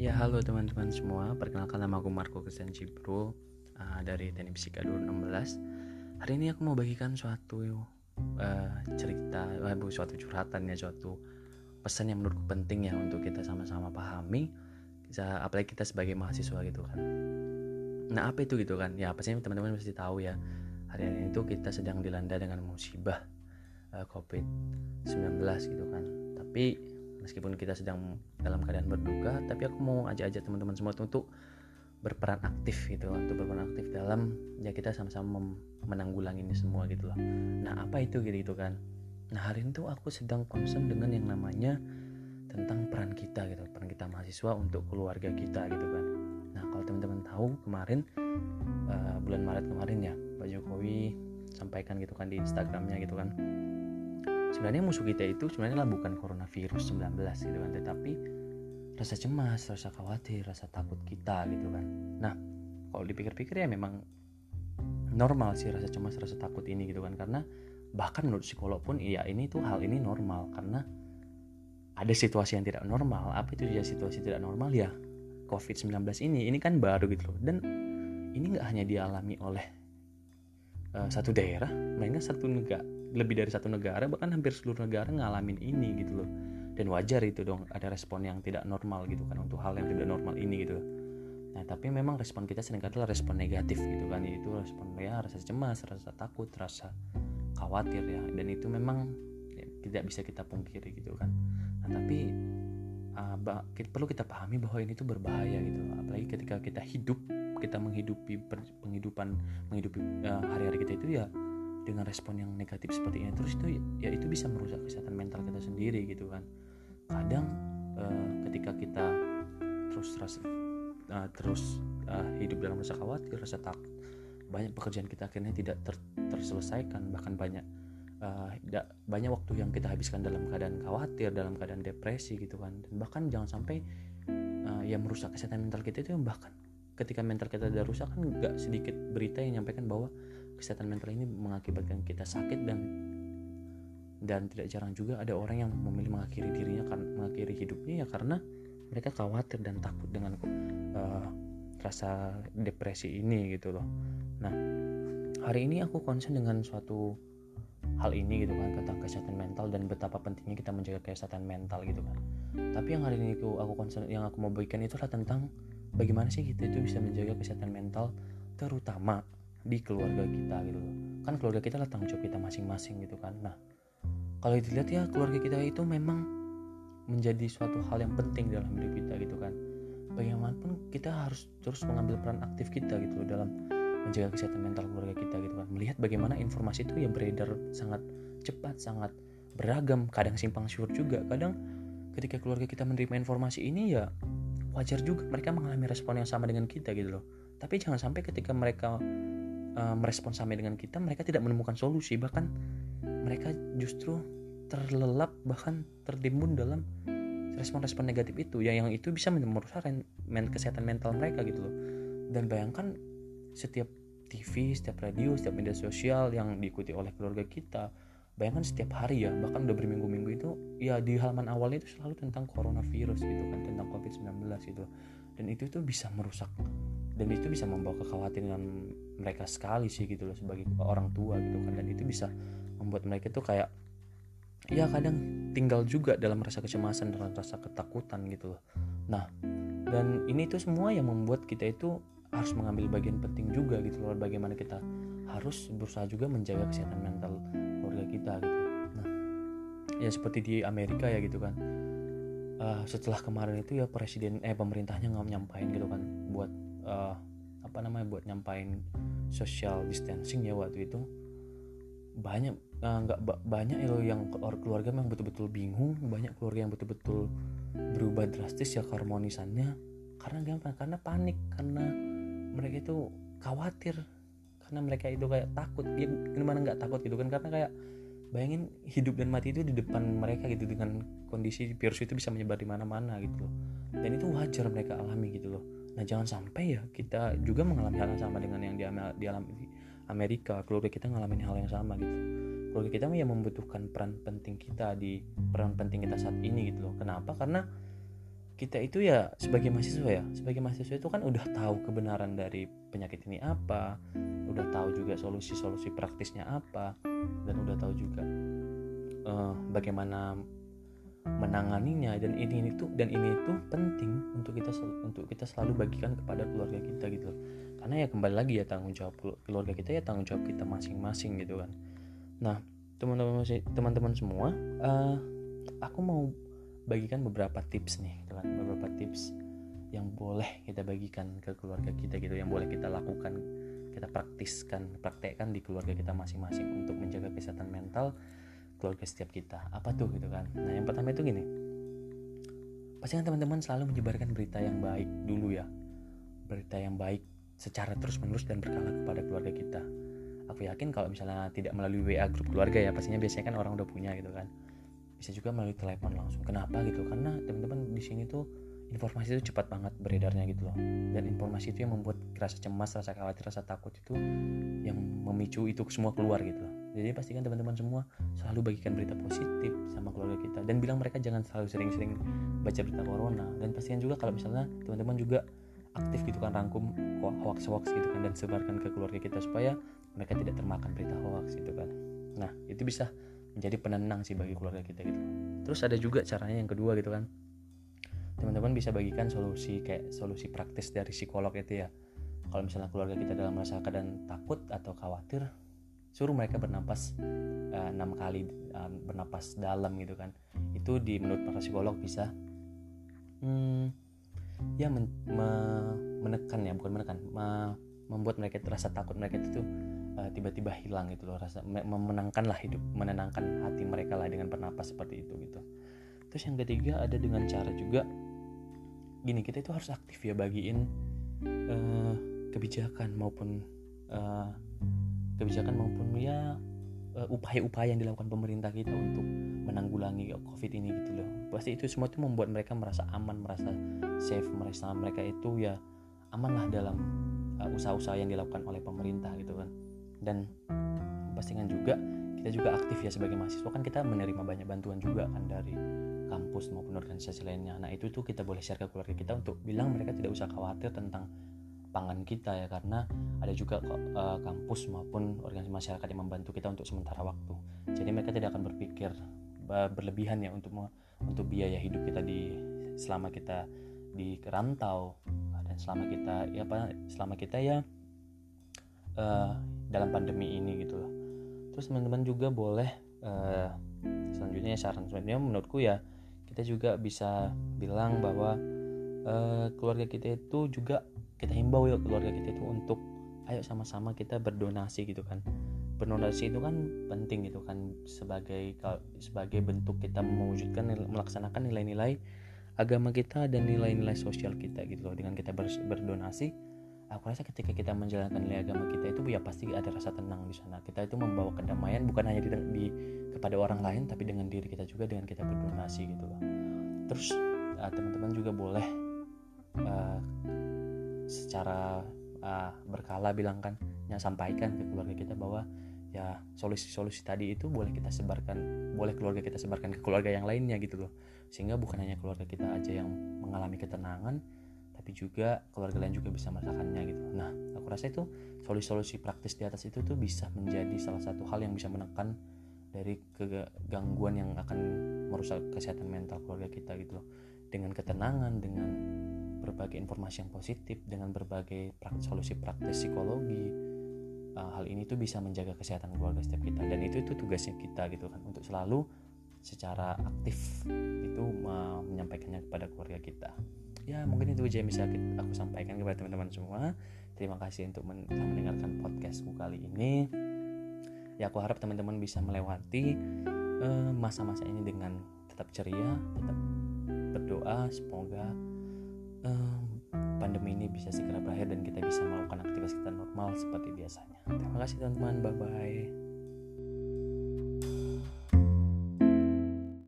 Ya, halo teman-teman semua. Perkenalkan, nama aku Marco Christian Cipro, dari Teknik Fisika 2016. Hari ini aku mau bagikan suatu cerita, suatu curhatan ya, suatu pesan yang menurutku penting ya untuk kita sama-sama pahami. Apalagi kita sebagai mahasiswa gitu kan. Nah, apa itu gitu kan? Ya, pastinya teman-teman pasti tahu ya. Hari ini itu kita sedang dilanda dengan musibah COVID-19 gitu kan. Tapi meskipun kita sedang dalam keadaan berduka, tapi aku mau ajak teman-teman semua untuk berperan aktif gitu, untuk berperan aktif dalam ya kita sama-sama menanggulangi ini semua gitu loh. Nah, apa itu gitu kan? Nah, hari ini tuh aku sedang concern dengan yang namanya tentang peran kita gitu, peran kita mahasiswa untuk keluarga kita gitu kan. Nah, kalau teman-teman tahu kemarin bulan Maret kemarin ya, Pak Jokowi sampaikan gitu kan di Instagramnya gitu kan. Sebenarnya musuh kita itu sebenarnya bukan coronavirus 19 gitu kan, tetapi rasa cemas, rasa khawatir, rasa takut kita gitu kan. Nah, kalau dipikir-pikir ya memang normal sih rasa cemas, rasa takut ini gitu kan, karena bahkan menurut psikolog pun ya ini tuh hal ini normal, karena ada situasi yang tidak normal. Apa itu dia situasi tidak normal ya? COVID-19 ini kan baru gitu loh, dan ini nggak hanya dialami oleh satu daerah, melainkan satu negara, lebih dari satu negara, bahkan hampir seluruh negara ngalamin ini gitu loh. Dan wajar itu dong ada respon yang tidak normal gitu kan untuk hal yang tidak normal ini gitu. Nah, tapi memang respon kita seringkali adalah respon negatif gitu kan, yaitu respon ya rasa cemas, rasa takut, rasa khawatir ya, dan itu memang ya, tidak bisa kita pungkiri gitu kan. Nah, tapi perlu kita pahami bahwa ini tuh berbahaya gitu, apalagi ketika kita menghidupi hari-hari kita itu ya dengan respon yang negatif seperti ini terus, itu ya itu bisa merusak kesehatan mental kita sendiri gitu kan. Kadang ketika kita terus hidup dalam rasa khawatir, rasa takut, banyak pekerjaan kita akhirnya tidak terselesaikan, bahkan banyak waktu yang kita habiskan dalam keadaan khawatir, dalam keadaan depresi gitu kan. Dan bahkan jangan sampai ya merusak kesehatan mental kita itu, bahkan ketika mental kita udah rusak kan gak sedikit berita yang menyampaikan bahwa kesehatan mental ini mengakibatkan kita sakit, dan tidak jarang juga ada orang yang memilih mengakhiri hidupnya ya karena mereka khawatir dan takut dengan rasa depresi ini gitu loh. Nah, hari ini aku concern dengan suatu hal ini gitu kan, tentang kesehatan mental dan betapa pentingnya kita menjaga kesehatan mental gitu kan. Tapi yang hari ini aku concern, yang aku mau bagikan itu adalah tentang bagaimana sih kita itu bisa menjaga kesehatan mental, terutama di keluarga kita gitu loh. Kan keluarga kita adalah tanggung jawab kita masing-masing gitu kan. Nah, kalau dilihat ya keluarga kita itu memang menjadi suatu hal yang penting dalam hidup kita gitu kan. Bagaimanapun kita harus terus mengambil peran aktif kita gitu loh dalam menjaga kesehatan mental keluarga kita gitu kan. Melihat bagaimana informasi itu ya beredar sangat cepat, sangat beragam, kadang simpang siur juga. Kadang ketika keluarga kita menerima informasi ini ya wajar juga mereka mengalami respon yang sama dengan kita gitu loh. Tapi jangan sampai ketika mereka merespon sama dengan kita, mereka tidak menemukan solusi, bahkan mereka justru terlelap, bahkan tertimbun dalam respon-respon negatif itu ya, yang itu bisa merusak kesehatan mental mereka gitu loh. Dan bayangkan setiap TV, setiap radio, setiap media sosial yang diikuti oleh keluarga kita, bayangkan setiap hari ya, bahkan udah berminggu-minggu itu ya di halaman awalnya itu selalu tentang coronavirus gitu kan, tentang COVID-19 gitu. Dan itu tuh bisa merusak, dan itu bisa membawa kekhawatiran mereka sekali sih gitu loh sebagai orang tua gitu kan. Dan itu bisa membuat mereka tuh kayak ya kadang tinggal juga dalam rasa kecemasan dan rasa ketakutan gitu loh. Nah, dan ini tuh semua yang membuat kita itu harus mengambil bagian penting juga gitu loh, bagaimana kita harus berusaha juga menjaga kesehatan mental keluarga kita gitu. Nah, ya seperti di Amerika ya gitu kan, setelah kemarin itu ya pemerintahnya nyampain gitu kan buat buat nyampain social distancing ya waktu itu. Banyak yang keluarga memang betul-betul bingung, banyak keluarga yang betul-betul berubah drastis ya keharmonisannya, karena panik, karena mereka itu khawatir, karena mereka itu kayak takut. Ya gimana nggak takut gitu kan, karena kayak bayangin hidup dan mati itu di depan mereka gitu, dengan kondisi virus itu bisa menyebar di mana-mana gitu loh. Dan itu wajar mereka alami gitu loh. Nah, jangan sampai ya kita juga mengalami hal yang sama dengan yang dialami di Amerika. Keluarga kita ngalamin hal yang sama gitu. Keluarga kita ya membutuhkan peran penting kita saat ini gitu loh. Kenapa? Karena kita itu sebagai mahasiswa itu kan udah tahu kebenaran dari penyakit ini apa, udah tahu juga solusi-solusi praktisnya apa, dan udah tahu juga bagaimana menanganinya, dan ini itu penting untuk kita selalu bagikan kepada keluarga kita gitu loh. Karena kembali lagi tanggung jawab keluarga kita tanggung jawab kita masing-masing gitu kan. Nah, teman-teman semua, aku mau bagikan beberapa tips nih gitu kan, beberapa tips yang boleh kita bagikan ke keluarga kita gitu, yang boleh kita lakukan, kita praktekkan di keluarga kita masing-masing untuk menjaga kesehatan mental keluarga setiap kita. Apa tuh gitu kan. Nah, yang pertama itu gini, pastikan teman-teman selalu menyebarkan berita yang baik dulu ya, berita yang baik secara terus-menerus dan berkala kepada keluarga kita. Aku yakin kalau misalnya tidak melalui WA grup keluarga biasanya kan orang udah punya gitu kan, bisa juga melalui telepon langsung. Kenapa gitu? Karena teman-teman di sini tuh informasi itu cepat banget beredarnya gitu loh, dan informasi itu yang membuat rasa cemas, rasa khawatir, rasa takut itu yang memicu itu semua keluar gitu loh. Jadi pastikan teman-teman semua selalu bagikan berita positif sama keluarga kita, dan bilang mereka jangan selalu sering-sering baca berita corona. Dan pastikan juga kalau misalnya teman-teman juga aktif gitu kan, rangkum hoax gitu kan, dan sebarkan ke keluarga kita supaya mereka tidak termakan berita hoax gitu kan. Nah, itu bisa menjadi penenang sih bagi keluarga kita gitu. Terus ada juga caranya yang kedua gitu kan, teman-teman bisa bagikan solusi praktis dari psikolog itu ya. Kalau misalnya keluarga kita dalam rasa keadaan takut atau khawatir, suruh mereka bernapas 6 kali, bernapas dalam gitu kan. Itu menurut para psikolog bisa membuat mereka terasa takut mereka itu tiba-tiba hilang gitu loh, rasa menenangkan hati mereka lah dengan bernapas seperti itu gitu. Terus yang ketiga ada dengan cara juga gini, kita itu harus aktif bagiin kebijakan maupun upaya-upaya yang dilakukan pemerintah kita untuk menanggulangi COVID ini gitu loh. Pasti itu semua itu membuat mereka merasa aman, merasa safe, mereka itu aman lah dalam usaha-usaha yang dilakukan oleh pemerintah gitu kan. Dan pastikan juga kita juga aktif sebagai mahasiswa kan, kita menerima banyak bantuan juga kan dari kampus maupun organisasi lainnya. Nah, itu tuh kita boleh share ke keluarga kita untuk bilang mereka tidak usah khawatir tentang pangan kita karena ada juga kampus maupun organisasi masyarakat yang membantu kita untuk sementara waktu. Jadi mereka tidak akan berpikir berlebihan untuk biaya hidup kita selama kita di rantau, dan selama kita dalam pandemi ini gitu loh. Terus teman-teman juga boleh selanjutnya saran selanjutnya menurutku kita juga bisa bilang bahwa keluarga kita itu juga kita himbau keluarga kita itu untuk ayo sama-sama kita berdonasi gitu kan. Berdonasi itu kan penting gitu kan, sebagai bentuk kita melaksanakan nilai-nilai agama kita dan nilai-nilai sosial kita gitu loh. Dengan kita berdonasi, aku rasa ketika kita menjalankan nilai agama kita itu pasti ada rasa tenang di sana. Kita itu membawa kedamaian bukan hanya kepada orang lain, tapi dengan diri kita juga dengan kita berdonasi gitu loh. Terus teman-teman juga boleh secara berkala sampaikan ke keluarga kita bahwa solusi-solusi tadi itu boleh keluarga kita sebarkan ke keluarga yang lainnya gitu loh, sehingga bukan hanya keluarga kita aja yang mengalami ketenangan, tapi juga keluarga lain juga bisa merasakannya gitu. Nah, aku rasa itu solusi-solusi praktis di atas itu tuh bisa menjadi salah satu hal yang bisa menekan dari kegangguan yang akan merusak kesehatan mental keluarga kita gitu loh. Dengan ketenangan, dengan berbagai informasi yang positif, dengan berbagai solusi praktis psikologi, hal ini tuh bisa menjaga kesehatan keluarga setiap kita. Dan itu tugasnya kita gitu kan, untuk selalu secara aktif itu menyampaikannya kepada keluarga kita. Mungkin itu aja yang bisa aku sampaikan kepada teman-teman semua. Terima kasih untuk telah mendengarkan podcastku kali ini. Aku harap teman-teman bisa melewati masa-masa ini dengan tetap ceria, tetap berdoa semoga pandemi ini bisa segera berakhir dan kita bisa melakukan aktivitas kita normal seperti biasanya. Terima kasih teman-teman, bye-bye.